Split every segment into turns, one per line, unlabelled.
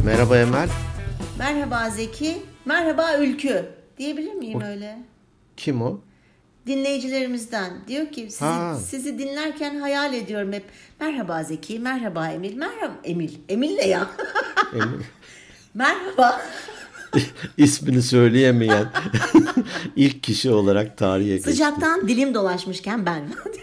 Merhaba Emel.
Merhaba Zeki, merhaba Ülkü. Diyebilir miyim
O
öyle?
kim o?
Dinleyicilerimizden. Diyor ki
Ha,
sizi dinlerken hayal ediyorum hep. Merhaba Zeki, merhaba Emil, merhaba Emil. Emil ne ya?
Emel.
Merhaba.
İsmini söyleyemeyen ilk kişi olarak tarihe geçti.
Sıcaktan dilim dolaşmışken ben.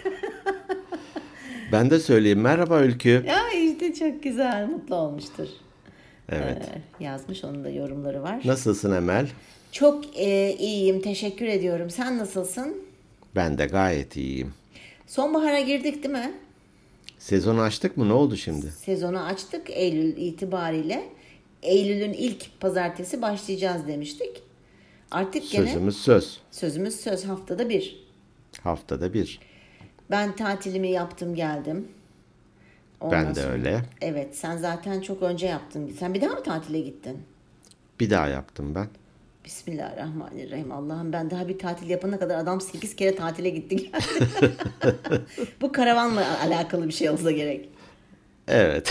Ben de söyleyeyim. Merhaba Ülkü.
Ya işte çok güzel, mutlu olmuştur.
Evet.
Yazmış, onun da yorumları var.
Nasılsın Emel?
Çok iyiyim, teşekkür ediyorum. Sen nasılsın?
Ben de gayet iyiyim.
Sonbahara girdik değil mi?
Sezonu açtık mı? Ne oldu şimdi?
Sezonu açtık Eylül itibariyle. Eylül'ün ilk pazartesi başlayacağız demiştik. Artık gene
Sözümüz söz.
sözümüz söz, haftada bir.
Haftada bir.
Ben tatilimi yaptım geldim. Ondan
Ben de
sonra
öyle.
evet, sen zaten çok önce yaptın. Sen bir daha mı tatile gittin?
Bir daha yaptım ben.
Bismillahirrahmanirrahim. Allah'ım, ben daha bir tatil yapana kadar adam 8 kere tatile gitti geldi. Bu karavanla alakalı bir şey olsa gerek.
Evet.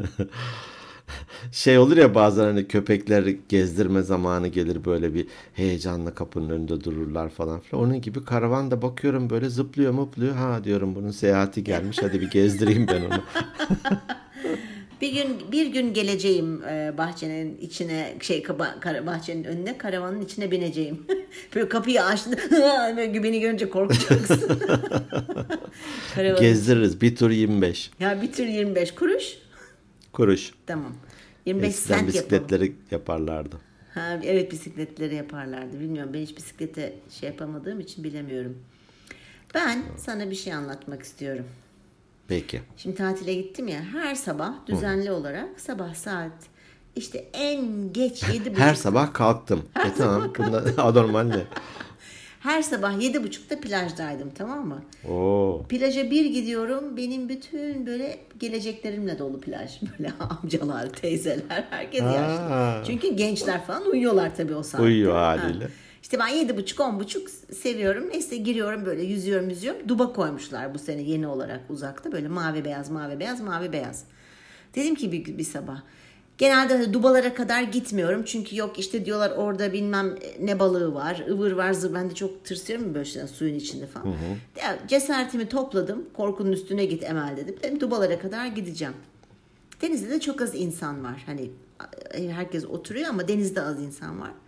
Şey olur ya bazen hani köpekler gezdirme zamanı gelir böyle bir heyecanla kapının önünde dururlar falan filan. Onun gibi karavan da bakıyorum böyle zıplıyor mupluyor. Ha diyorum bunun seyahati gelmiş hadi bir gezdireyim ben onu.
Bir gün geleceğim bahçenin içine, bahçenin önüne, karavanın içine bineceğim. Böyle kapıyı açtı. Böyle beni görünce korkacaksın. Karavanın
Gezdiririz bir tur 25
Ya bir tür 25 kuruş.
kuruş.
Tamam. 25
Eskiden
sent yapalım.
bisikletleri yaparlardı.
Ha, evet, bisikletleri yaparlardı. Bilmiyorum, ben hiç bisiklete şey yapamadığım için bilemiyorum. Ben sana bir şey anlatmak istiyorum.
Peki.
Şimdi tatile gittim ya, her sabah düzenli olarak sabah saat işte en geç 7.30.
Her sabah kalktım. Tamam bunda anormal ne?
Her sabah 7.30'da plajdaydım, tamam mı?
Oo.
Plaja bir gidiyorum, benim bütün böyle geleceklerimle dolu plaj. Böyle amcalar, teyzeler, herkes yaşlı.
Ha,
Çünkü gençler falan uyuyorlar tabii o saatte.
uyuyor
Ha.
haliyle.
İşte ben 7.30-10.30 seviyorum. Neyse giriyorum, böyle yüzüyorum. Duba koymuşlar bu sene yeni olarak uzakta. Böyle mavi beyaz, mavi beyaz, mavi beyaz. Dedim ki bir sabah. Genelde dubalara kadar gitmiyorum. Çünkü yok işte diyorlar orada bilmem ne balığı var. Ivır var zır. Ben de çok tırsıyorum böyle şeyden, suyun içinde falan. Ya, cesaretimi topladım. Korkunun üstüne git Emel dedim. Dedim dubalara kadar gideceğim. Denizde de çok az insan var. Hani herkes oturuyor ama denizde az insan var.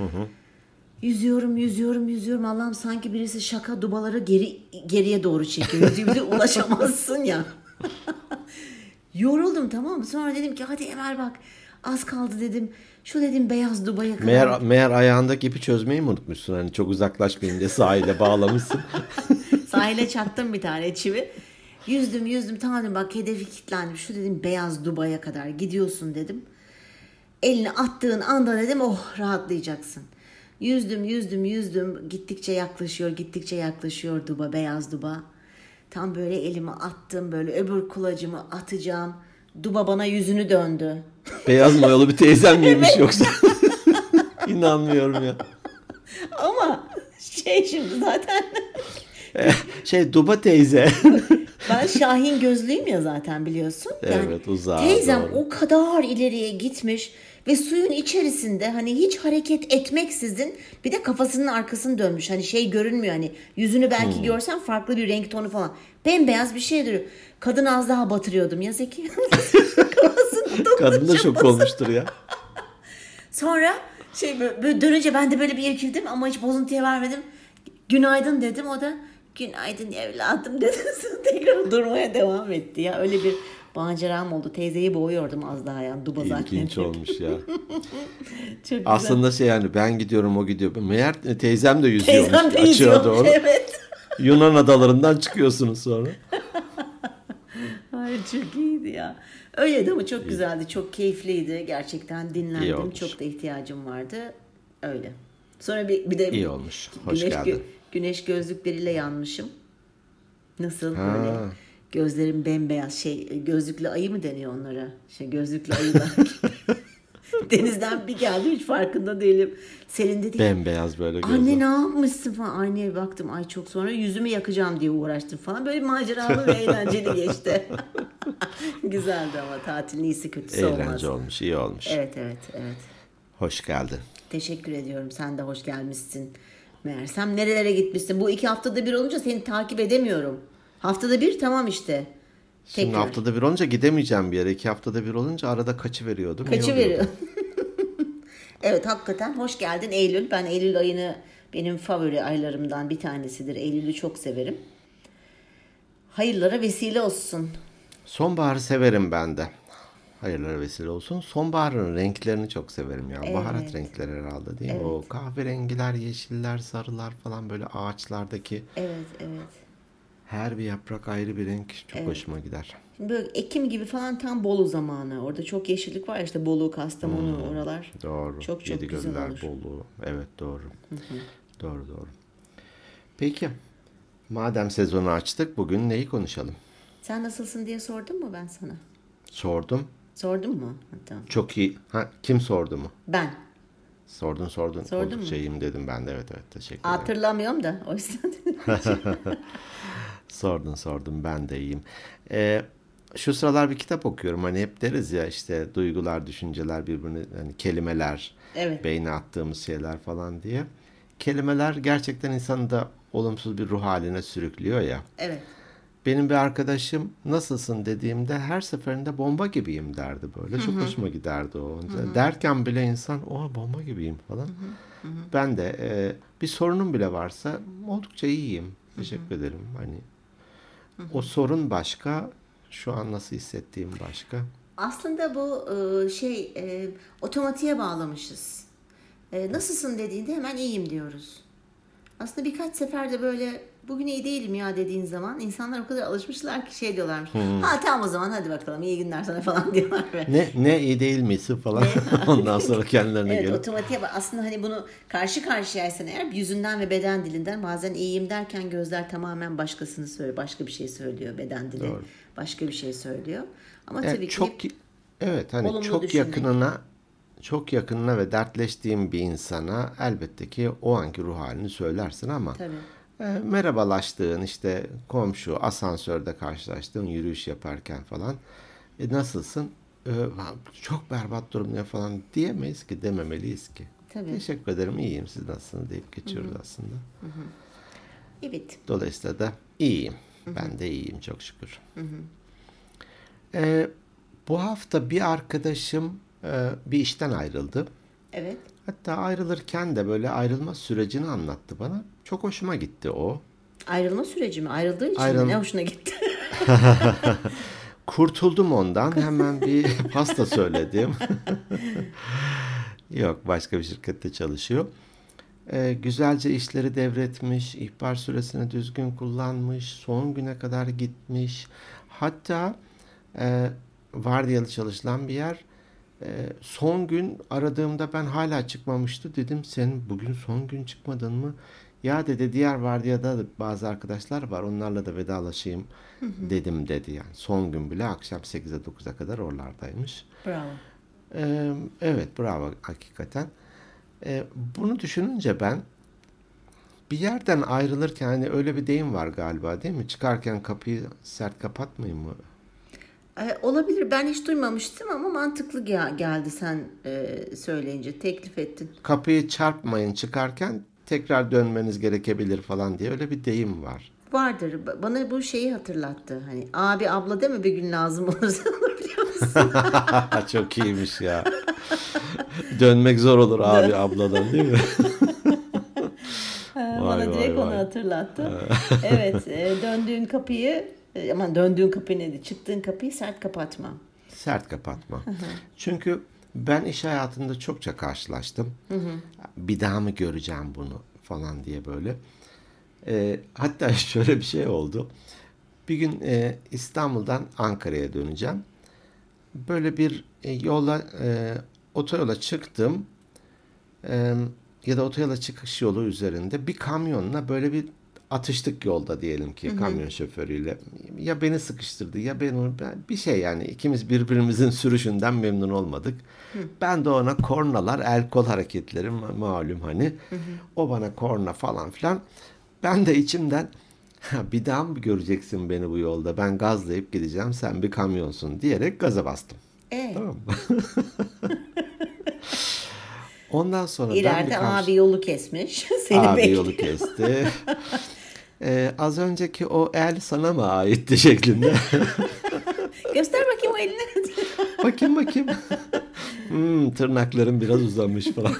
Yüzüyorum. Allah'ım, sanki birisi şaka dubaları geriye doğru çekiyor. Bir de ulaşamazsın ya. Yoruldum, tamam mı? Sonra dedim ki hadi Emel bak, az kaldı dedim. Şu dedim beyaz dubaya kadar.
Meğer ayağındaki ipi çözmeyi mi unutmuşsun? Hani çok uzaklaşmayayım diye sahile bağlamışsın.
Sahile çaktım bir tane çivi. Yüzdüm, tamam dedim, bak hedefi kilitlendim. Şu dedim beyaz dubaya kadar gidiyorsun dedim. Elini attığın anda dedim oh, rahatlayacaksın. Yüzdüm. Gittikçe yaklaşıyor duba, beyaz duba. Tam böyle elimi attım, böyle öbür kulacımı atacağım. Duba bana yüzünü döndü.
Beyaz mayalı bir teyzem miymiş yoksa? İnanmıyorum ya.
Ama şimdi zaten
Duba teyze.
ben Şahin gözlüyüm ya zaten, biliyorsun. Yani
Evet, uzağa
teyzem
doğru.
o kadar ileriye gitmiş ve suyun içerisinde hani hiç hareket etmeksizin, bir de kafasının arkasını dönmüş. Hani şey görünmüyor, hani yüzünü belki görsen farklı bir renk tonu falan. Bembeyaz bir şey duruyor. Kadın az daha batırıyordum ya Zeki. Kafasını
Kadın da şok olmuştur ya.
Sonra böyle dönünce ben de böyle bir irkildim ama hiç bozuntuya vermedim. Günaydın dedim, o da günaydın evladım dedi. Tekrar durmaya devam etti ya. Öyle bir maceram oldu. Teyzeyi boğuyordum az daha yani. Duba zaten.
İlginç olmuş ya.
Çok güzel.
Aslında yani ben gidiyorum o gidiyor. Meğer teyzem de yüzüyormuş.
Teyzem de
Açığa
yüzüyormuş,
doğru.
evet.
Yunan adalarından çıkıyorsunuz sonra.
Ay çok iyiydi ya. Öyleydi ama çok güzeldi. Çok keyifliydi. Gerçekten
İyi
dinlendim.
olmuş.
Çok da ihtiyacım vardı. Öyle. Sonra bir de
İyi olmuş. Hoş geldin.
güneş gözlükleriyle yanmışım. Nasıl
Ha.
böyle gözlerim bembeyaz, gözlüklü ayı mı deniyor onlara? Gözlüklü ayılar. Denizden bir geldim, hiç farkında değilim. Selin dedi ki,
Bembeyaz böyle gözler.
anne ne yapmışsın falan. Aynaya baktım, ay çok sonra yüzümü yakacağım diye uğraştım falan. Böyle maceralı ve eğlenceli geçti. Güzeldi ama tatilin iyisi kötüsü olmaz.
Eğlence olmuş, iyi olmuş.
Evet, evet, evet.
Hoş geldin.
Teşekkür ediyorum. Sen de hoş gelmişsin. Meğersem nerelere gitmişsin. Bu 2 haftada bir olunca seni takip edemiyorum. Haftada bir tamam işte.
Şimdi
Tekrar.
haftada bir olunca gidemeyeceğim bir yere. 2 haftada bir olunca arada kaçıveriyordum. iyi
Kaçı
oluyordu.
veriyor. Evet, hakikaten hoş geldin Eylül. Ben Eylül ayını benim favori aylarımdan bir tanesidir. Eylül'ü çok severim. Hayırlara vesile olsun.
Sonbaharı severim ben de. Hayırlara vesile olsun. Sonbaharın renklerini çok severim ya.
Evet.
Baharat renkleri herhalde değil mi? O kahverengiler, yeşiller, sarılar falan böyle ağaçlardaki
Evet, evet.
her bir yaprak ayrı bir renk çok hoşuma gider.
Şimdi böyle Ekim gibi falan tam Bolu zamanı. Orada çok yeşillik var ya, işte Bolu, Kastamonu oralar.
Doğru.
Çok
Yedigöller,
güzel olur.
Bolu. Evet doğru. Doğru. Peki. Madem sezonu açtık bugün neyi konuşalım?
Sen nasılsın diye sordum mu ben sana?
Sordum.
Sordun mu? Ha, tamam.
Çok iyi. Ha, kim sordu mu?
Ben.
Sordun.
Sordun
Oldukça
mu?
iyiyim dedim ben de. Evet teşekkür ederim.
Hatırlamıyorum da o yüzden.
Sordun ben de iyiyim. Şu sıralar bir kitap okuyorum. Hani hep deriz ya işte duygular, düşünceler birbirine hani kelimeler,
Evet.
beyne attığımız şeyler falan diye. Kelimeler gerçekten insanı da olumsuz bir ruh haline sürüklüyor ya.
Evet.
Benim bir arkadaşım nasılsın dediğimde her seferinde bomba gibiyim derdi böyle. Çok hoşuma giderdi o. Derken bile insan o bomba gibiyim falan. Ben de bir sorunum bile varsa oldukça iyiyim. Teşekkür ederim. Hani o sorun başka, şu an nasıl hissettiğim başka.
Aslında bu otomatiğe bağlamışız. Nasılsın dediğinde hemen iyiyim diyoruz. Aslında birkaç sefer de böyle bugün iyi değilim ya dediğin zaman insanlar o kadar alışmışlar ki şey diyorlarmış. Ha tamam o zaman hadi bakalım iyi günler sana falan diyorlar.
Ne iyi değil misin falan. Ondan sonra kendilerine
Evet,
gelip.
otomatiğe bak. Aslında hani bunu karşı karşıyaysan eğer yüzünden ve beden dilinden bazen iyiyim derken gözler tamamen başkasını söylüyor. Başka bir şey söylüyor, beden dili
Doğru.
başka bir şey söylüyor. Ama
Evet,
tabii
çok
ki
evet hani
olumlu
çok
düşünmek.
yakınına ve dertleştiğin bir insana elbette ki o anki ruh halini söylersin ama
tabii.
merhabalaştığın işte komşu, asansörde karşılaştığın yürüyüş yaparken falan nasılsın? Çok berbat durumda falan diyemeyiz ki, dememeliyiz ki.
Tabii.
Teşekkür ederim, iyiyim, siz nasılsınız deyip geçiyoruz aslında.
Evet.
Dolayısıyla da iyiyim. Ben de iyiyim çok şükür. Bu hafta bir arkadaşım bir işten ayrıldı.
Evet.
Hatta ayrılırken de böyle ayrılma sürecini anlattı bana. Çok hoşuma gitti o.
Ayrılma süreci mi? Ayrıldığı için mi? Ne hoşuna gitti?
Kurtuldum ondan. Hemen bir pasta söyledim. Yok, başka bir şirkette çalışıyor. Güzelce işleri devretmiş, ihbar süresini düzgün kullanmış, son güne kadar gitmiş. Hatta vardiyalı çalışılan bir yer. Son gün aradığımda ben hala çıkmamıştı. Dedim sen bugün son gün çıkmadın mı? Ya dedi diğer vardiyada da bazı arkadaşlar var. Onlarla da vedalaşayım dedim dedi. Yani son gün bile akşam 8'e 9'a kadar oralardaymış.
Bravo.
Evet bravo hakikaten. Bunu düşününce ben bir yerden ayrılırken hani öyle bir deyim var galiba değil mi? Çıkarken kapıyı sert kapatmayın mı?
Olabilir. Ben hiç duymamıştım ama mantıklı geldi sen söyleyince. Teklif ettin.
Kapıyı çarpmayın çıkarken tekrar dönmeniz gerekebilir falan diye öyle bir deyim var.
Vardır. Bana bu şeyi hatırlattı. Hani abi abla deme bir gün lazım olursa biliyor musun?
Çok iyiymiş ya. Dönmek zor olur abi abladan değil mi?
Bana direkt onu hatırlattı. Evet. Döndüğün kapıyı döndüğün kapı neydi? Çıktığın kapıyı sert kapatma.
Sert kapatma. Çünkü ben iş hayatında çokça karşılaştım. Bir daha mı göreceğim bunu falan diye böyle. Hatta şöyle bir şey oldu. Bir gün İstanbul'dan Ankara'ya döneceğim. Böyle bir otoyola çıktım. Ya da otoyola çıkış yolu üzerinde bir kamyonla böyle bir atıştık yolda diyelim ki kamyon şoförüyle. Ya beni sıkıştırdı ya bir şey yani ikimiz birbirimizin sürüşünden memnun olmadık. Ben de ona kornalar, el kol hareketleri malum hani. O bana korna falan filan. Ben de içimden bir daha mı göreceksin beni bu yolda? Ben gazlayıp gideceğim, sen bir kamyonsun diyerek gaza bastım. Tamam mı? Ondan sonra
İleride abi yolu kesmiş. Seni
abi
bekliyor.
yolu kesti. Az önceki o el sana mı aitti şeklinde.
Göster bakayım o elini.
Bakayım. Tırnaklarım biraz uzamış falan.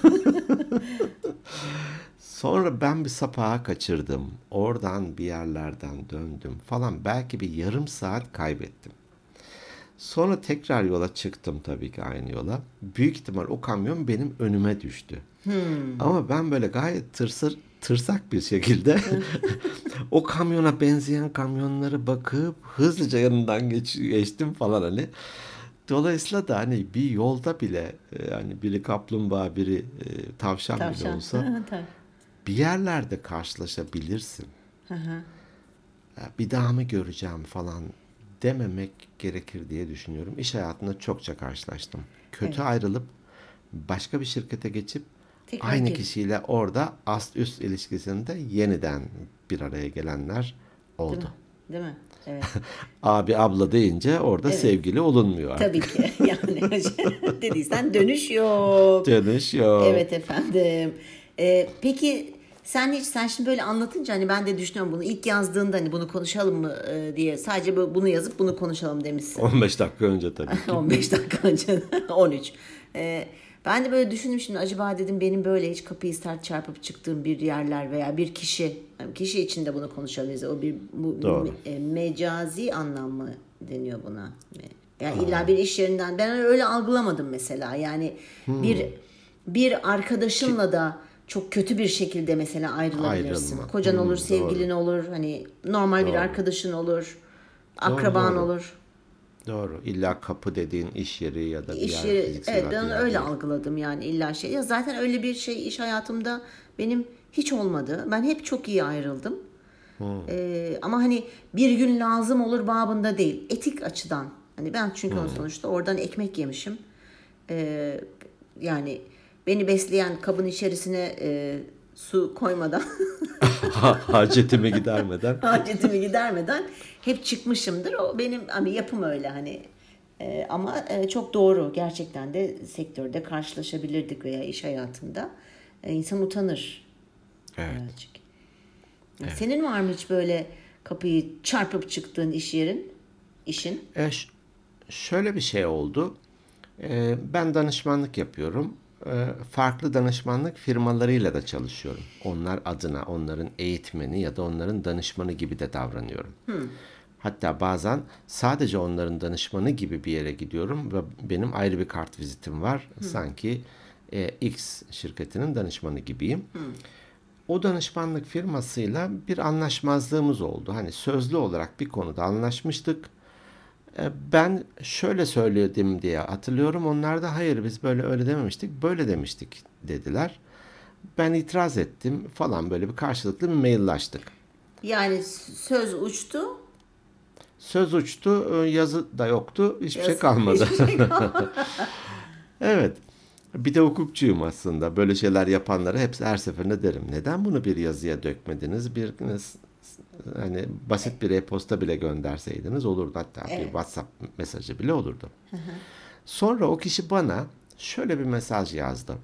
Sonra ben bir sapağı kaçırdım. Oradan bir yerlerden döndüm falan. Belki bir yarım saat kaybettim. Sonra tekrar yola çıktım tabii ki aynı yola. Büyük ihtimal o kamyon benim önüme düştü. Ama ben böyle gayet tırsak bir şekilde o kamyona benzeyen kamyonlara bakıp hızlıca yanından geçtim falan hani. Dolayısıyla da hani bir yolda bile hani biri kaplumbağa biri tavşan bile olsa bir yerlerde karşılaşabilirsin. Bir daha mı göreceğim falan dememek gerekir diye düşünüyorum. İş hayatında çokça karşılaştım. Kötü ayrılıp başka bir şirkete geçip
Tekrar
aynı
geri.
kişiyle orada ast üst ilişkisinde yeniden bir araya gelenler oldu.
Değil mi? Evet.
Abi abla deyince orada sevgili olunmuyor artık.
Tabii ki. Yani dediysen dönüş yok.
Dönüş yok.
Evet efendim. Peki sen şimdi böyle anlatınca hani ben de düşünüyorum bunu ilk yazdığında hani bunu konuşalım mı diye sadece bunu yazıp bunu konuşalım demişsin.
15 dakika önce tabii ki.
15 dakika önce 13. Ben de böyle düşündüm şimdi acaba dedim benim böyle hiç kapıyı sert çarpıp çıktığım bir yerler veya bir kişi yani kişi için de bunu konuşabiliriz. O
Doğru.
Mecazi anlam mı deniyor buna? Yani illa bir iş yerinden ben öyle algılamadım mesela. Yani bir arkadaşınla da çok kötü bir şekilde mesela ayrılabilirsin.
Ayrılma.
Kocan olur,
Doğru.
sevgilin olur, hani normal bir arkadaşın olur, akraban
doğru.
olur.
Doğru. İlla kapı dediğin iş yeri ya da bir
İş
yer
yeri,
fiziksel
evet
olarak
ben
bir yer
öyle
değil.
algıladım yani illa şey. Ya zaten öyle bir şey iş hayatımda benim hiç olmadı. Ben hep çok iyi ayrıldım. Ama hani bir gün lazım olur babında değil. Etik açıdan. Hani ben çünkü sonuçta oradan ekmek yemişim. Yani beni besleyen kabın içerisine su koymadan
Hacetimi gidermeden.
hacetimi gidermeden hep çıkmışımdır. O benim hani yapım öyle hani. Ama çok doğru. Gerçekten de sektörde karşılaşabilirdik veya iş hayatında. İnsan utanır.
Evet.
Birazcık. Senin var mı hiç böyle kapıyı çarpıp çıktığın işin?
Şöyle bir şey oldu. Ben danışmanlık yapıyorum. Farklı danışmanlık firmalarıyla da çalışıyorum. Onlar adına onların eğitmeni ya da onların danışmanı gibi de davranıyorum. Hatta bazen sadece onların danışmanı gibi bir yere gidiyorum ve benim ayrı bir kart vizitim var. Sanki X şirketinin danışmanı gibiyim. O danışmanlık firmasıyla bir anlaşmazlığımız oldu. Hani sözlü olarak bir konuda anlaşmıştık. Ben şöyle söyledim diye hatırlıyorum. Onlar da hayır biz böyle öyle dememiştik, böyle demiştik dediler. Ben itiraz ettim falan böyle bir karşılıklı bir maillaştık.
Yani söz uçtu.
Söz uçtu, yazı da yoktu, hiçbir şey kalmadı.
Hiçbir şey kalmadı.
Evet. Bir de hukukçuyum aslında. Böyle şeyler yapanlara hepsi her seferinde derim. Neden bunu bir yazıya dökmediniz? Hani basit bir e-posta bile gönderseydiniz olurdu. Hatta bir WhatsApp mesajı bile olurdu. Sonra o kişi bana şöyle bir mesaj yazdı.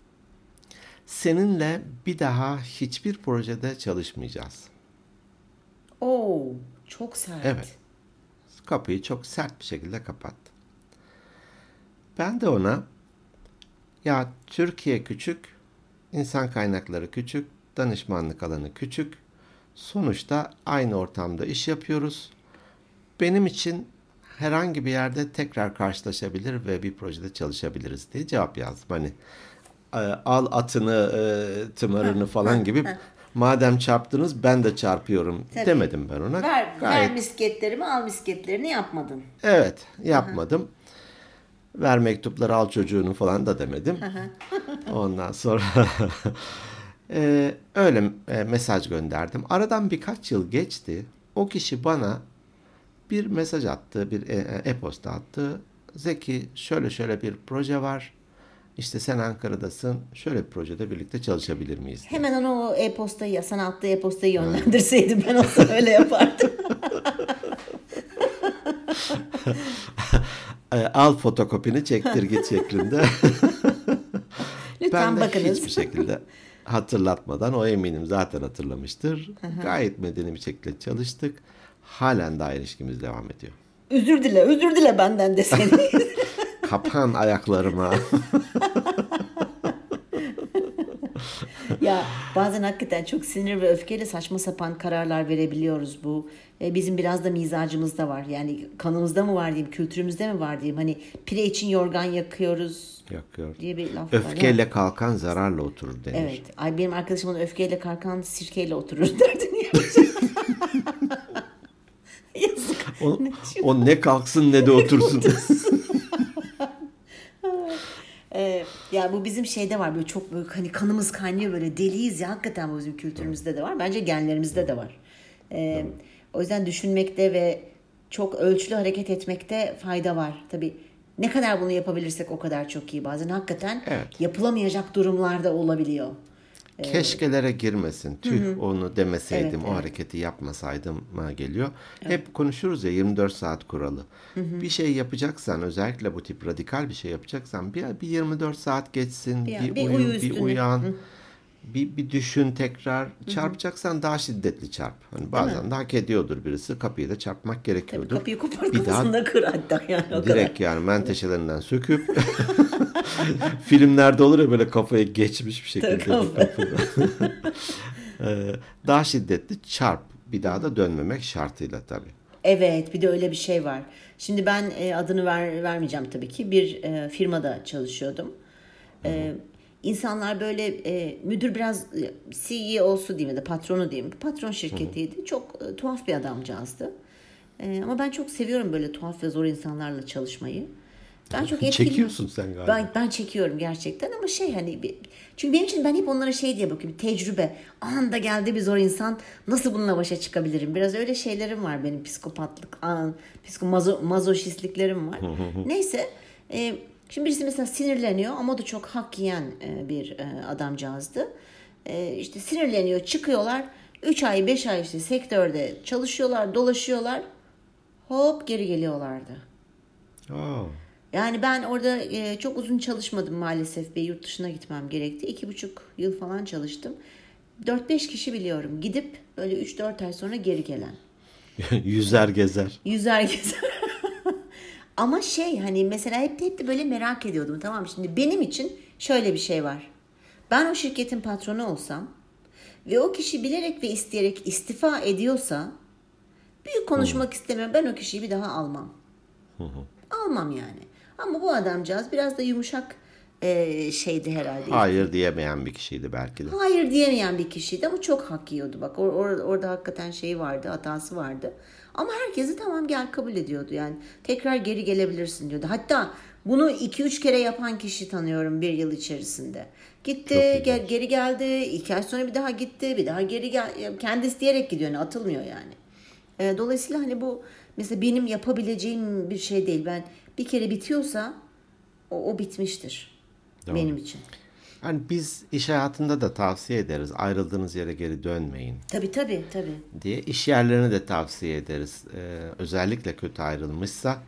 Seninle bir daha hiçbir projede çalışmayacağız.
Oo, çok sert.
Evet. Kapıyı çok sert bir şekilde kapattı. Ben de ona ya Türkiye küçük, insan kaynakları küçük, danışmanlık alanı küçük. Sonuçta aynı ortamda iş yapıyoruz. Benim için herhangi bir yerde tekrar karşılaşabilir ve bir projede çalışabiliriz diye cevap yazdım. Hani al atını, tımarını falan gibi. Madem çarptınız ben de çarpıyorum demedim ben ona.
Ver misketlerimi al misketlerini yapmadın.
Evet yapmadım. Ver mektupları al çocuğunu falan da demedim. Ondan sonra Öyle mesaj gönderdim. Aradan birkaç yıl geçti. O kişi bana bir mesaj attı, bir e-posta attı. Zeki, şöyle şöyle bir proje var. İşte sen Ankara'dasın. Şöyle bir projede birlikte çalışabilir miyiz diye.
Hemen ona o e-postayı, sana attığı e-postayı yönlendirseydim ben olsa öyle yapardım.
Al fotokopini çektir git şeklinde.
Lütfen
Ben de
bakınız.
hiçbir şekilde hatırlatmadan, o eminim zaten hatırlamıştır. Gayet medeni bir şekilde çalıştık. Halen daha ilişkimiz devam ediyor.
Özür dile benden de seni.
Kapan ayaklarıma.
Ya bazen hakikaten çok sinir ve öfkeyle saçma sapan kararlar verebiliyoruz bu. Bizim biraz da mizacımızda var. Yani kanımızda mı var diyeyim, kültürümüzde mi var diyeyim. Hani pire için yorgan yakıyoruz
Yakıyor.
diye bir laf var.
Öfkeyle kalkan zararla oturur denir.
Evet. Ay benim arkadaşım ona öfkeyle kalkan sirkeyle oturur derdi. Yazık.
O ne kalksın ne de otursun.
Ya bu bizim şeyde var, böyle çok böyle hani kanımız kaynıyor, böyle deliyiz ya, hakikaten bu bizim kültürümüzde de var. Bence genlerimizde de var. O yüzden düşünmekte ve çok ölçülü hareket etmekte fayda var. Tabii ne kadar bunu yapabilirsek o kadar çok iyi. Bazen hakikaten yapılamayacak durumlarda olabiliyor.
Keşkelere girmesin. Tüh onu demeseydim,
Evet,
o hareketi yapmasaydım geliyor. Hep konuşuruz ya 24 saat kuralı. Bir şey yapacaksan, özellikle bu tip radikal bir şey yapacaksan bir 24 saat geçsin, bir
uyu
uyu, bir
üstüne.
uyan. Bir düşün tekrar. Çarpacaksan daha şiddetli çarp. Hani bazen de hak ediyordur birisi. Kapıyı da çarpmak gerekiyordur.
Kapıyı
Bir
kopartmasın da kır hatta, yani o kadar.
direkt yani menteşelerinden söküp filmlerde olur ya böyle kafaya geçmiş bir şekilde bir kapı. Daha şiddetli çarp. Bir daha da dönmemek şartıyla tabii.
Evet, bir de öyle bir şey var. Şimdi ben adını vermeyeceğim tabii ki. Bir firmada çalışıyordum. İnsanlar böyle müdür biraz CEO'su diyeyim ya da patronu diyeyim. Patron şirketiydi. Çok tuhaf bir adamcağızdı. Ama ben çok seviyorum böyle tuhaf ve zor insanlarla çalışmayı. Ben çok etkili.
Çekiyorsun sen galiba.
Ben çekiyorum gerçekten ama çünkü benim için ben hep onlara şey diye bakıyorum, tecrübe. Anında geldi bir zor insan, nasıl bununla başa çıkabilirim? Biraz öyle şeylerim var benim, psikopatlık, mazoşistliklerim var. Neyse, şimdi birisi mesela sinirleniyor ama o da çok hak yiyen bir adamcağızdı. İşte sinirleniyor, çıkıyorlar. 3 ay 5 ay işte sektörde çalışıyorlar, dolaşıyorlar. Hop geri geliyorlardı. Yani ben orada çok uzun çalışmadım maalesef. Bir yurt dışına gitmem gerekti. 2,5 yıl falan çalıştım. 4-5 kişi biliyorum. Gidip böyle 3-4 ay sonra geri gelen.
Yüzer gezer.
Yüzer gezer. Ama hani mesela hep de böyle merak ediyordum. Tamam, şimdi benim için şöyle bir şey var. Ben o şirketin patronu olsam ve o kişi bilerek ve isteyerek istifa ediyorsa, büyük konuşmak istemiyorum. Ben o kişiyi bir daha almam. Almam yani. Ama bu adamcağız biraz da yumuşak şeydi herhalde.
Hayır diyemeyen bir kişiydi belki de.
Hayır diyemeyen bir kişiydi ama çok hak yiyordu. Bak orada hakikaten vardı, hatası vardı. Ama herkesi tamam gel kabul ediyordu. Yani tekrar geri gelebilirsin diyordu. Hatta bunu 2-3 kere yapan kişi tanıyorum bir yıl içerisinde. Gitti, geri geldi, 2 ay sonra bir daha gitti, bir daha geri gel. Kendi isteyerek gidiyor, yani atılmıyor yani. Dolayısıyla hani bu mesela benim yapabileceğim bir şey değil. Ben bir kere bitiyorsa o bitmiştir. Doğru. Benim için.
Yani biz iş hayatında da tavsiye ederiz. Ayrıldığınız yere geri dönmeyin.
Tabii.
Diye iş yerlerini de tavsiye ederiz. Özellikle kötü ayrılmışsa.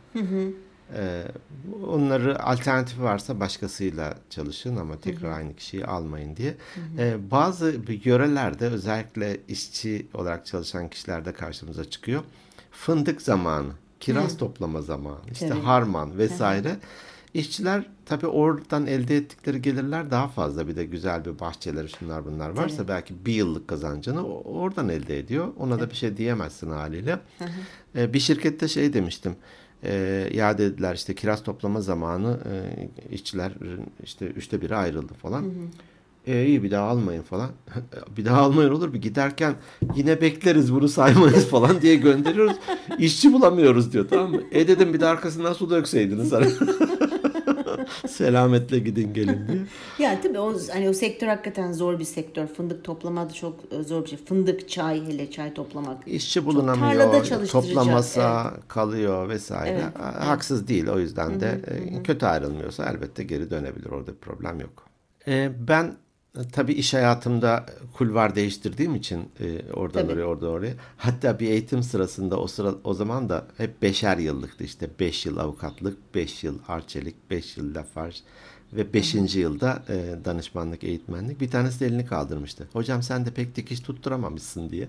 Onları alternatifi varsa başkasıyla çalışın ama tekrar aynı kişiyi almayın diye. Bazı yörelerde özellikle işçi olarak çalışan kişilerde karşımıza çıkıyor. Fındık zamanı, kiraz toplama zamanı, işte harman vesaire. İşçiler tabii oradan elde ettikleri gelirler daha fazla. Bir de güzel bir bahçeleri, şunlar bunlar varsa belki bir yıllık kazancını oradan elde ediyor. Ona da bir şey diyemezsin haliyle. Bir şirkette demiştim. Ya dediler işte kiraz toplama zamanı, işçiler işte 1/3 ayrıldı falan. İyi bir daha almayın falan. Bir daha almayın olur mu? Giderken yine bekleriz, bunu saymayız falan diye gönderiyoruz. İşçi bulamıyoruz diyor, tamam mı? Dedim bir de arkasından su dökseydiniz. Selametle gidin gelin diye.
Ya tabii o sektör hakikaten zor bir sektör. Fındık toplamak da çok zor bir şey. Fındık, çay, hele çay toplamak.
İşçi
Çok
bulunamıyor,
tarlada çalıştıracak.
toplamasa kalıyor vesaire.
Evet, evet.
Haksız değil, o yüzden de kötü ayrılmıyorsa elbette geri dönebilir. Orada bir problem yok. Ben tabii iş hayatımda kulvar değiştirdiğim için oradan
Tabii.
oraya, oradan oraya. Hatta bir eğitim sırasında o zaman da hep 5'er yıllıktı, işte 5 yıl avukatlık, 5 yıl arçelik, 5 yıl lafarj ve beşinci yılda danışmanlık, eğitmenlik. Bir tanesi de elini kaldırmıştı. Hocam sen de pek dikiş tutturamamışsın diye.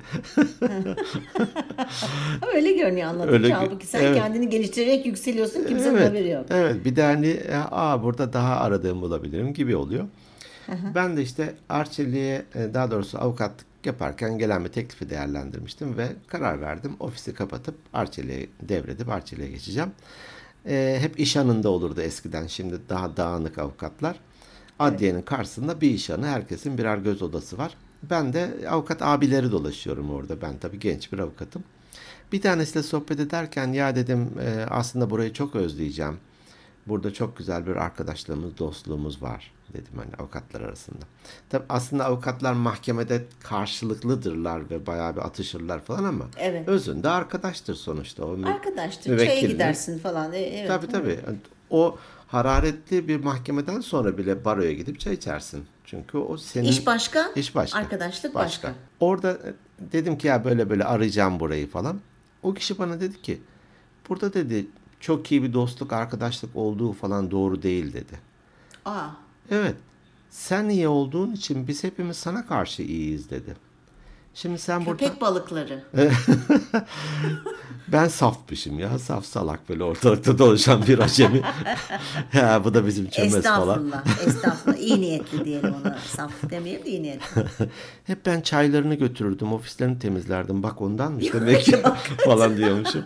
Ama öyle görünüyor anlatınca.
Öyle,
Halbuki sen
evet.
kendini geliştirerek yükseliyorsun. Kimsenin
Evet,
haberi yok.
evet. Bir de hani burada daha aradığımı bulabilirim gibi oluyor. Ben de işte arçeliğe, daha doğrusu avukatlık yaparken gelen bir teklifi değerlendirmiştim ve karar verdim. Ofisi kapatıp arçeliğe devredip arçeliğe geçeceğim. Hep iş anında olurdu eskiden. Şimdi daha dağınık avukatlar. Adliyenin karşısında bir iş anı. Herkesin birer göz odası var. Ben de avukat abileri dolaşıyorum orada. Ben tabii genç bir avukatım. Bir tanesiyle sohbet ederken ya dedim, aslında burayı çok özleyeceğim. Burada çok güzel bir arkadaşlığımız, dostluğumuz var dedim hani avukatlar arasında. Tabii aslında avukatlar mahkemede karşılıklıdırlar ve bayağı bir atışırlar falan ama
Evet.
özünde arkadaştır sonuçta. O
Arkadaştır. Çaya
müvekkildir.
gidersin falan. Evet.
Tabii. O hararetli bir mahkemeden sonra bile baroya gidip çay içersin. Çünkü o senin...
İş başka,
İş başka.
arkadaşlık başka.
Orada dedim ki ya böyle böyle arayacağım burayı falan. O kişi bana dedi ki burada dedi çok iyi bir dostluk, arkadaşlık olduğu falan doğru değil dedi.
Aa,
Evet, sen iyi olduğun için biz hepimiz sana karşı iyiyiz dedi. Şimdi sen burada...
köpek balıkları.
Ben safmışım ya. Saf salak böyle ortalıkta dolaşan bir acemi. Ya bu da bizim çömez falan.
Estağfurullah. İyi niyetli diyelim ona. Saf demeyelim de iyi niyetli.
Hep ben çaylarını götürürdüm, ofislerini temizlerdim. Bak ondanmış demek ki falan diyormuşum.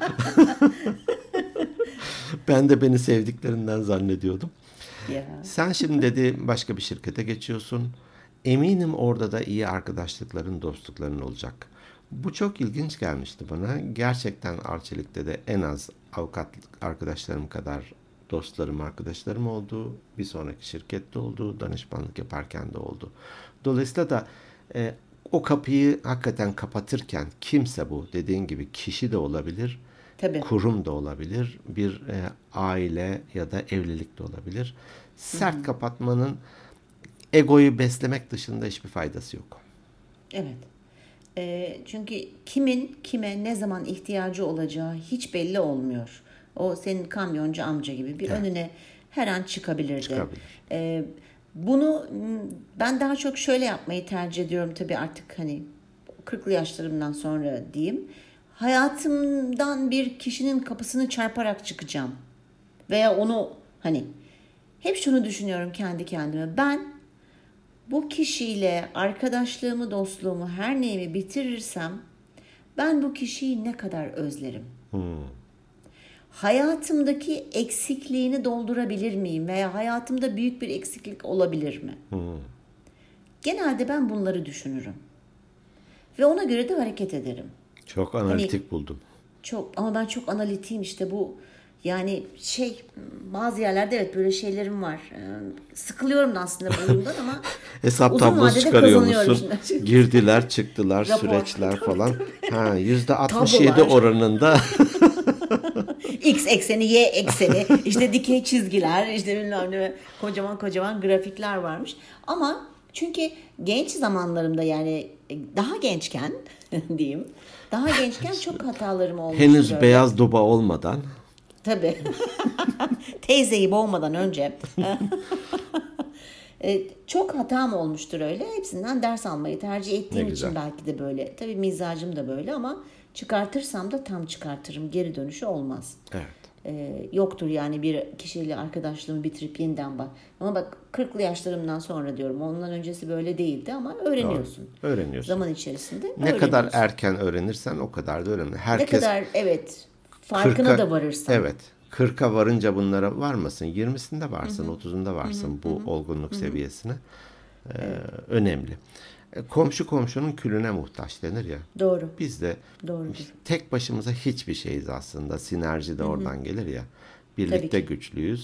Ben de beni sevdiklerinden zannediyordum.
Ya.
Sen şimdi dedi başka bir şirkete geçiyorsun. Eminim orada da iyi arkadaşlıkların, dostlukların olacak. Bu çok ilginç gelmişti bana. Gerçekten arçelikte de en az avukatlık arkadaşlarım kadar dostlarım, arkadaşlarım oldu. Bir sonraki şirkette oldu. Danışmanlık yaparken de oldu. Dolayısıyla da o kapıyı hakikaten kapatırken kimse bu dediğin gibi kişi de olabilir.
Tabii.
Kurum da olabilir, bir aile ya da evlilik de olabilir. Sert kapatmanın egoyu beslemek dışında hiçbir faydası yok.
Evet. Çünkü kimin kime ne zaman ihtiyacı olacağı hiç belli olmuyor. O senin kamyoncu amca gibi bir önüne her an çıkabilirdi.
Çıkabilir.
Bunu ben daha çok şöyle yapmayı tercih ediyorum tabii artık hani 40'lı yaşlarımdan sonra diyeyim. Hayatımdan bir kişinin kapısını çarparak çıkacağım. Veya onu hani hep şunu düşünüyorum kendi kendime. Ben bu kişiyle arkadaşlığımı, dostluğumu, her neyimi bitirirsem ben bu kişiyi ne kadar özlerim? Hayatımdaki eksikliğini doldurabilir miyim? Veya hayatımda büyük bir eksiklik olabilir mi? Genelde ben bunları düşünürüm. Ve ona göre de hareket ederim.
Çok analitik buldum.
Ama ben çok analitiyim işte bu yani bazı yerlerde evet böyle şeylerim var. Sıkılıyorum da aslında bu oyundan ama
Hesap
uzun
tablosu
vadede
çıkarıyor
kazanıyorum
musun?
şimdi.
Girdiler, çıktılar,
Rapor.
süreçler falan. Ha, %67
Tablolar.
oranında
X ekseni, Y ekseni, işte dikey çizgiler, işte bilmem ne kocaman kocaman grafikler varmış. Ama çünkü genç zamanlarımda yani daha gençken diyeyim. Daha gençken çok hatalarım olmuştu.
henüz
böyle.
beyaz duba olmadan
Tabii. Teyzeyi boğmadan önce. Çok hatam olmuştur öyle. Hepsinden ders almayı tercih ettiğim
Ne
için
güzel.
belki de böyle. Tabii mizacım da böyle ama çıkartırsam da tam çıkartırım. Geri dönüşü olmaz.
evet.
Yoktur yani bir kişiyle arkadaşlığımı bitirip yeniden bak. Ama bak 40'lı yaşlarımdan sonra diyorum. Ondan öncesi böyle değildi ama öğreniyorsun.
Öğreniyorsun.
Zaman içerisinde
Ne
öğreniyorsun.
kadar erken öğrenirsen o kadar da öğrenir.
Ne
Herkes
kadar evet farkına
40'a
da varırsan.
Evet. 40'a varınca bunlara varmasın. 20'sinde varsın, 30'unda varsın bu olgunluk seviyesine. Önemli. Komşu komşunun külüne muhtaç denir ya.
Doğru.
Biz de
Doğru.
tek başımıza hiçbir şeyiz aslında. Sinerji de oradan gelir ya. Birlikte
Tabii ki.
güçlüyüz.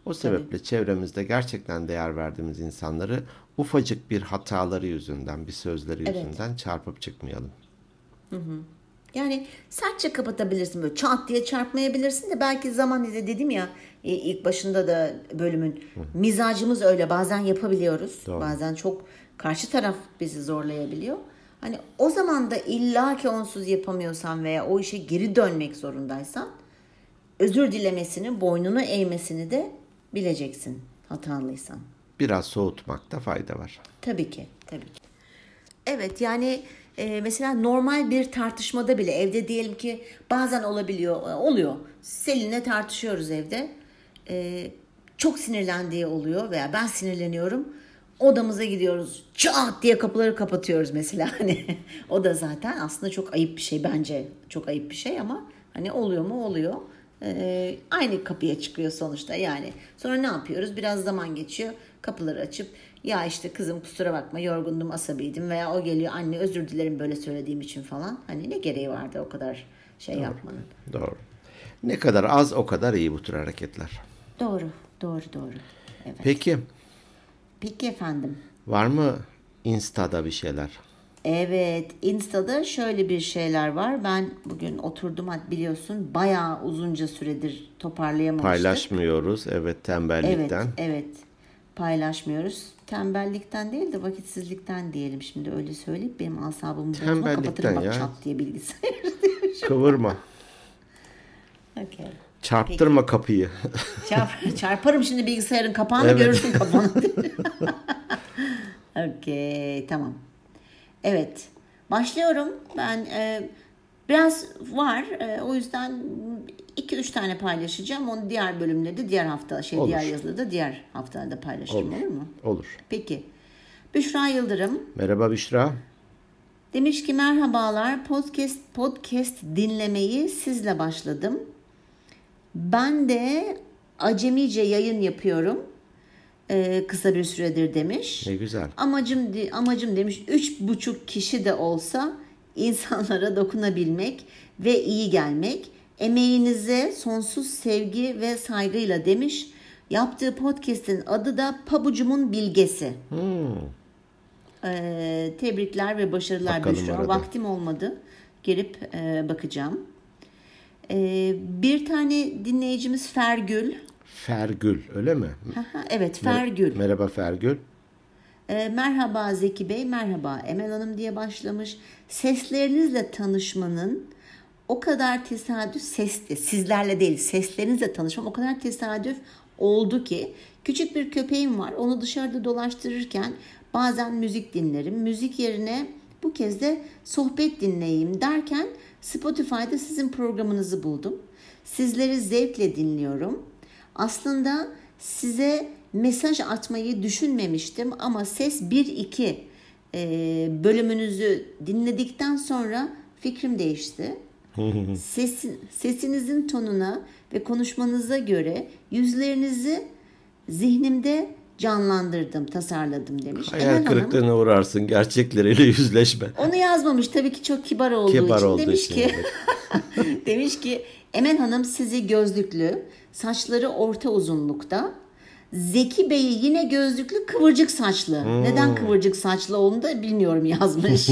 O sebeple çevremizde gerçekten değer verdiğimiz insanları ufacık bir hataları yüzünden, bir sözleri
Evet.
yüzünden çarpıp çıkmayalım.
Yani sertçe kapatabilirsin, böyle çat diye çarpmayabilirsin de belki zaman izle, dedim ya ilk başında da bölümün, mizacımız öyle, bazen yapabiliyoruz.
Doğru.
Bazen çok karşı taraf bizi zorlayabiliyor. Hani o zaman da illa ki onsuz yapamıyorsan veya o işe geri dönmek zorundaysan özür dilemesini, boynunu eğmesini de bileceksin hatalıysan.
Biraz soğutmakta fayda var.
Tabii ki, tabii ki. Evet, yani mesela normal bir tartışmada bile, evde diyelim ki bazen oluyor. Selin'le tartışıyoruz evde. Çok sinirlendiği oluyor veya ben sinirleniyorum. Odamıza gidiyoruz. Çat diye kapıları kapatıyoruz mesela. Hani o da zaten aslında çok ayıp bir şey bence. Çok ayıp bir şey ama hani oluyor mu? Oluyor. Aynı kapıya çıkıyor sonuçta yani. Sonra ne yapıyoruz? Biraz zaman geçiyor. Kapıları açıp ya işte kızım kusura bakma, yorgundum, asabiydim, veya o geliyor, anne özür dilerim böyle söylediğim için falan. Hani ne gereği vardı o kadar şey yapmanın.
Doğru. Ne kadar az o kadar iyi bu tür hareketler.
Doğru. Evet. Peki efendim.
Var mı Insta'da bir şeyler?
Evet, Insta'da şöyle bir şeyler var. Ben bugün oturdum, biliyorsun bayağı uzunca süredir toparlayamamıştık.
Paylaşmıyoruz. Evet, tembellikten.
Evet. Paylaşmıyoruz. Tembellikten değil de vakitsizlikten diyelim, şimdi öyle söyleyip benim asabımı bozma,
Tembellikten
kapatırım bak
ya.
çat diye bilgisayar.
Kıvırma.
Okay.
Çarptırma kapıyı.
Çarparım şimdi bilgisayarın kapağını,
Evet.
görürsün kafanı. Okey, tamam. Evet, başlıyorum. Ben biraz var. O yüzden 2-3 tane paylaşacağım. Onu diğer bölümlerde, diğer hafta,
Olur.
diğer yazıda, diğer haftalarda paylaşırım, olur mu?
Olur.
Peki. Büşra Yıldırım
Merhaba Büşra.
demiş ki merhabalar, podcast dinlemeyi sizle başladım. Ben de acemice yayın yapıyorum. Kısa bir süredir demiş.
Ne güzel.
Amacım demiş 3,5 kişi de olsa insanlara dokunabilmek ve iyi gelmek. Emeğinize sonsuz sevgi ve saygıyla demiş. Yaptığı podcast'in adı da Pabucumun Bilgesi. Tebrikler ve başarılar
Bakalım
Büşra.
arada.
Vaktim olmadı. Girip bakacağım. Bir tane dinleyicimiz Fergül.
Fergül, öyle mi?
Evet, Fergül.
Merhaba Fergül.
Merhaba Zeki Bey, merhaba Emel Hanım diye başlamış. Seslerinizle tanışmanın o kadar tesadüf, sizlerle değil, seslerinizle tanışmam o kadar tesadüf oldu ki, küçük bir köpeğim var. Onu dışarıda dolaştırırken bazen müzik dinlerim. Müzik yerine bu kez de sohbet dinleyeyim derken Spotify'da sizin programınızı buldum. Sizleri zevkle dinliyorum. Aslında size mesaj atmayı düşünmemiştim ama ses 1-2 bölümünüzü dinledikten sonra fikrim değişti. Sesinizin tonuna ve konuşmanıza göre yüzlerinizi zihnimde canlandırdım, tasarladım demiş.
Hayal
Emel Hanım,
kırıklığına uğrarsın, gerçekleriyle yüzleşme.
onu yazmamış tabii ki, çok kibar olduğu
Kibar
için.
olduğu
Demiş
için,
ki demiş ki Emel Hanım sizi gözlüklü, saçları orta uzunlukta. Zeki Bey'i yine gözlüklü, kıvırcık saçlı. Neden kıvırcık saçlı olduğunu da bilmiyorum yazmış.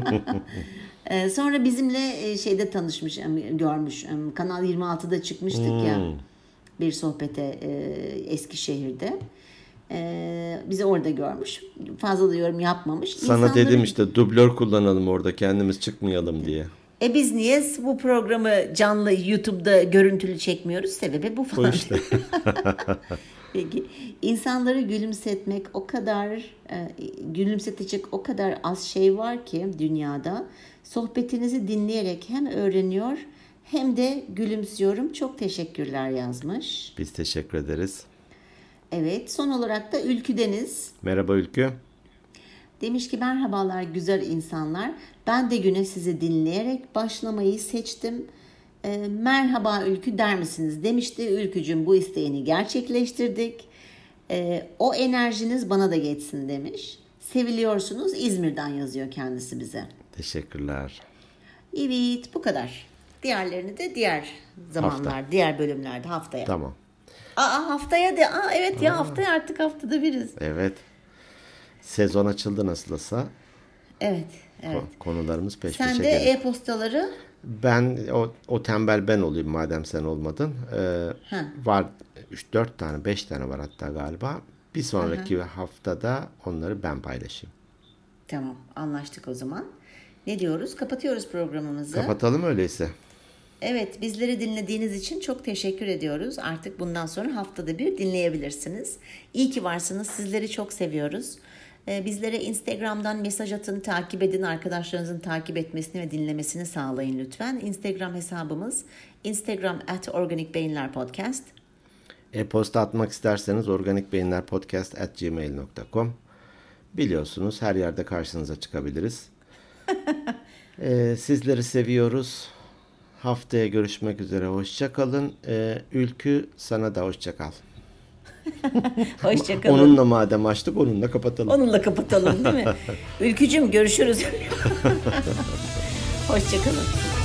Sonra bizimle şeyde tanışmış, görmüş. Kanal 26'da çıkmıştık ya bir sohbete Eskişehir'de. Bizi orada görmüş. Fazla da yorum yapmamış.
Sana dedim işte dublör kullanalım orada, kendimiz çıkmayalım diye.
Biz niye bu programı canlı YouTube'da görüntülü çekmiyoruz? Sebebi bu falan.
Bu işte.
Peki, insanları gülümsetmek o kadar, gülümsetecek o kadar az şey var ki dünyada. Sohbetinizi dinleyerek hem öğreniyor hem de gülümsüyorum. Çok teşekkürler yazmış.
Biz teşekkür ederiz.
Evet, son olarak da Ülkü Deniz
Merhaba Ülkü.
demiş ki merhabalar güzel insanlar. Ben de güne sizi dinleyerek başlamayı seçtim. Merhaba Ülkü der misiniz demişti. Ülkücüğüm, bu isteğini gerçekleştirdik. O enerjiniz bana da geçsin demiş. Seviliyorsunuz, İzmir'den yazıyor kendisi bize.
Teşekkürler.
Evet, bu kadar. Diğerlerini de diğer zamanlar, diğer bölümlerde haftaya.
Tamam.
Haftaya de. Evet ya, haftaya artık haftada biriz.
Evet. Sezon açıldı nasılsa.
Evet.
Konularımız peş
Sen
peşe
de
gelir.
e-postaları
Ben o tembel ben olayım madem sen olmadın. Var 3-4 tane 5 tane var hatta galiba. Bir sonraki haftada onları ben paylaşayım.
tamam, anlaştık o zaman. Ne diyoruz? Kapatıyoruz programımızı.
Kapatalım öyleyse.
Evet, bizleri dinlediğiniz için çok teşekkür ediyoruz. Artık bundan sonra haftada bir dinleyebilirsiniz. İyi ki varsınız. Sizleri çok seviyoruz. Bizlere Instagram'dan mesaj atın, takip edin. Arkadaşlarınızın takip etmesini ve dinlemesini sağlayın lütfen. Instagram hesabımız Instagram@organikbeyinlerpodcast.
E-posta atmak isterseniz organikbeyinlerpodcast@gmail.com. Biliyorsunuz her yerde karşınıza çıkabiliriz. Sizleri seviyoruz. Haftaya görüşmek üzere. Hoşça kalın. Ülkü sana da hoşça kal.
Hoşçakalın.
Onunla madem açtık onunla kapatalım.
Onunla kapatalım değil mi? Ülkücüm görüşürüz. Hoşçakalın.